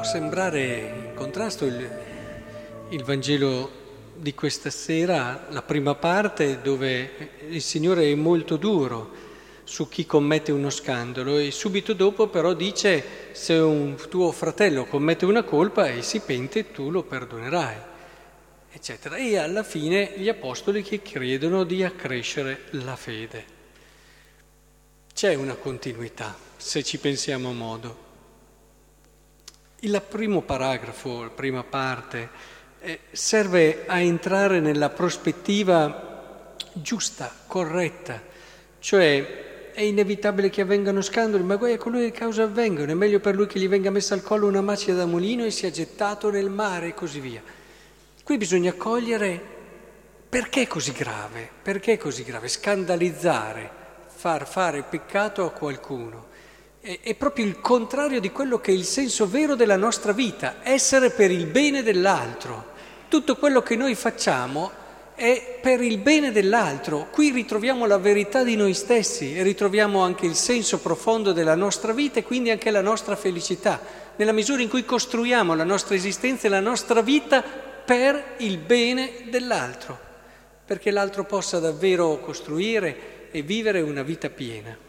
sembrare in contrasto il Vangelo di questa sera, la prima parte dove il Signore è molto duro su chi commette uno scandalo e subito dopo però dice: se un tuo fratello commette una colpa e si pente, tu lo perdonerai, eccetera. E alla fine gli apostoli che chiedono di accrescere la fede. C'è una continuità, se ci pensiamo a modo. Il primo paragrafo, la prima parte, serve a entrare nella prospettiva giusta, corretta, cioè è inevitabile che avvengano scandali, ma guai a colui che causa avvengono, è meglio per lui che gli venga messa al collo una macina da mulino e sia gettato nel mare e così via. Qui bisogna cogliere perché è così grave, scandalizzare, far fare peccato a qualcuno. È proprio il contrario di quello che è il senso vero della nostra vita, essere per il bene dell'altro. Tutto quello che noi facciamo è per il bene dell'altro. Qui ritroviamo la verità di noi stessi e ritroviamo anche il senso profondo della nostra vita e quindi anche la nostra felicità, nella misura in cui costruiamo la nostra esistenza e la nostra vita per il bene dell'altro, perché l'altro possa davvero costruire e vivere una vita piena.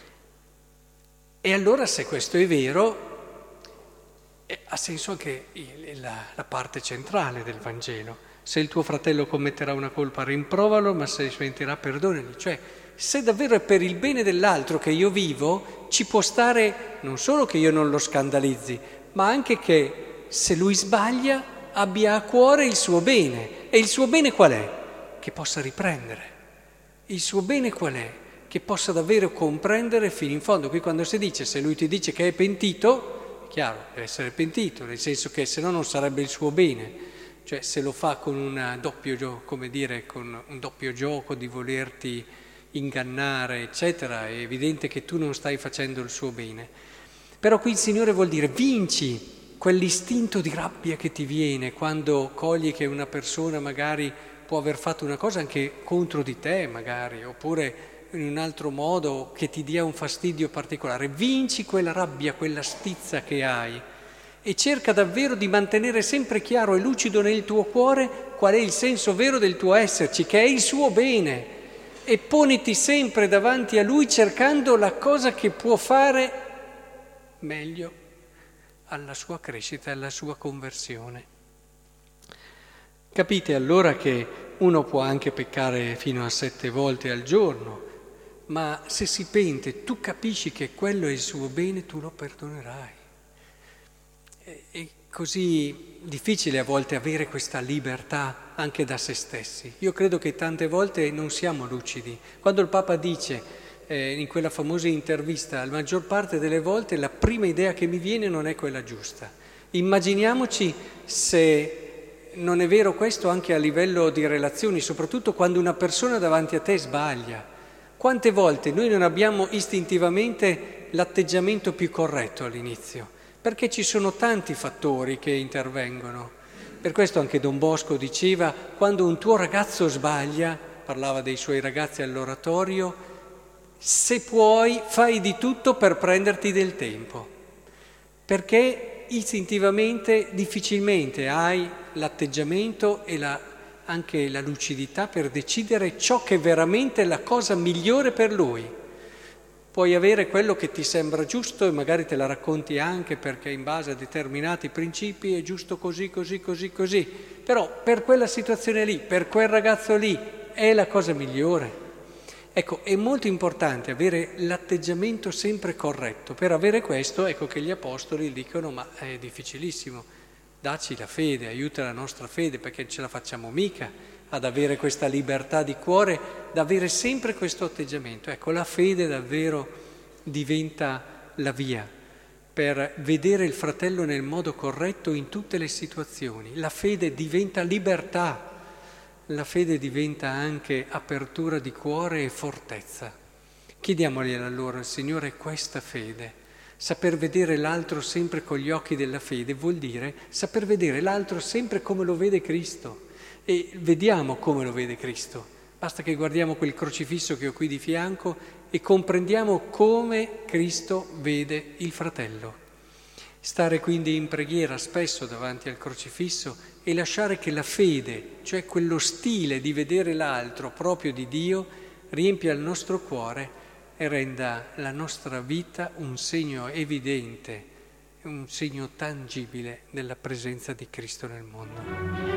E allora, se questo è vero, ha senso anche la parte centrale del Vangelo. Se il tuo fratello commetterà una colpa, rimprovalo, ma se si pentirà, perdonagli. Cioè, se davvero è per il bene dell'altro che io vivo, ci può stare non solo che io non lo scandalizzi, ma anche che se lui sbaglia abbia a cuore il suo bene. E il suo bene qual è? Che possa riprendere. Il suo bene qual è? Che possa davvero comprendere fino in fondo. Qui quando si dice, se lui ti dice che è pentito, è chiaro, deve essere pentito, nel senso che se no non sarebbe il suo bene. Cioè se lo fa con un doppio gioco di volerti ingannare, eccetera, è evidente che tu non stai facendo il suo bene. Però qui il Signore vuol dire: vinci quell'istinto di rabbia che ti viene quando cogli che una persona magari può aver fatto una cosa anche contro di te, magari, oppure in un altro modo che ti dia un fastidio particolare. Vinci quella rabbia, quella stizza che hai e cerca davvero di mantenere sempre chiaro e lucido nel tuo cuore qual è il senso vero del tuo esserci, che è il suo bene, e poniti sempre davanti a lui cercando la cosa che può fare meglio alla sua crescita e alla sua conversione. Capite allora che uno può anche peccare fino a 7 volte al giorno, ma se si pente, tu capisci che quello è il suo bene, tu lo perdonerai. È così difficile a volte avere questa libertà anche da se stessi. Io credo che tante volte non siamo lucidi. Quando il Papa dice in quella famosa intervista, la maggior parte delle volte la prima idea che mi viene non è quella giusta. Immaginiamoci se non è vero questo anche a livello di relazioni, soprattutto quando una persona davanti a te sbaglia. Quante volte noi non abbiamo istintivamente l'atteggiamento più corretto all'inizio? Perché ci sono tanti fattori che intervengono. Per questo anche Don Bosco diceva: quando un tuo ragazzo sbaglia, parlava dei suoi ragazzi all'oratorio, se puoi fai di tutto per prenderti del tempo, perché istintivamente difficilmente hai l'atteggiamento e anche la lucidità per decidere ciò che è veramente la cosa migliore per lui. Puoi avere quello che ti sembra giusto e magari te la racconti anche perché in base a determinati principi è giusto così, però per quella situazione lì, per quel ragazzo lì, è la cosa migliore. Ecco, è molto importante avere l'atteggiamento sempre corretto. Per avere questo, ecco che gli apostoli dicono: ma è difficilissimo, dacci la fede, aiuta la nostra fede, perché non ce la facciamo mica ad avere questa libertà di cuore, da avere sempre questo atteggiamento. Ecco, la fede davvero diventa la via per vedere il fratello nel modo corretto in tutte le situazioni. La fede diventa libertà, la fede diventa anche apertura di cuore e fortezza. Chiediamogli allora al Signore questa fede. Saper vedere l'altro sempre con gli occhi della fede vuol dire saper vedere l'altro sempre come lo vede Cristo. E vediamo come lo vede Cristo. Basta che guardiamo quel crocifisso che ho qui di fianco e comprendiamo come Cristo vede il fratello. Stare quindi in preghiera spesso davanti al crocifisso e lasciare che la fede, cioè quello stile di vedere l'altro proprio di Dio, riempia il nostro cuore e renda la nostra vita un segno evidente, un segno tangibile della presenza di Cristo nel mondo.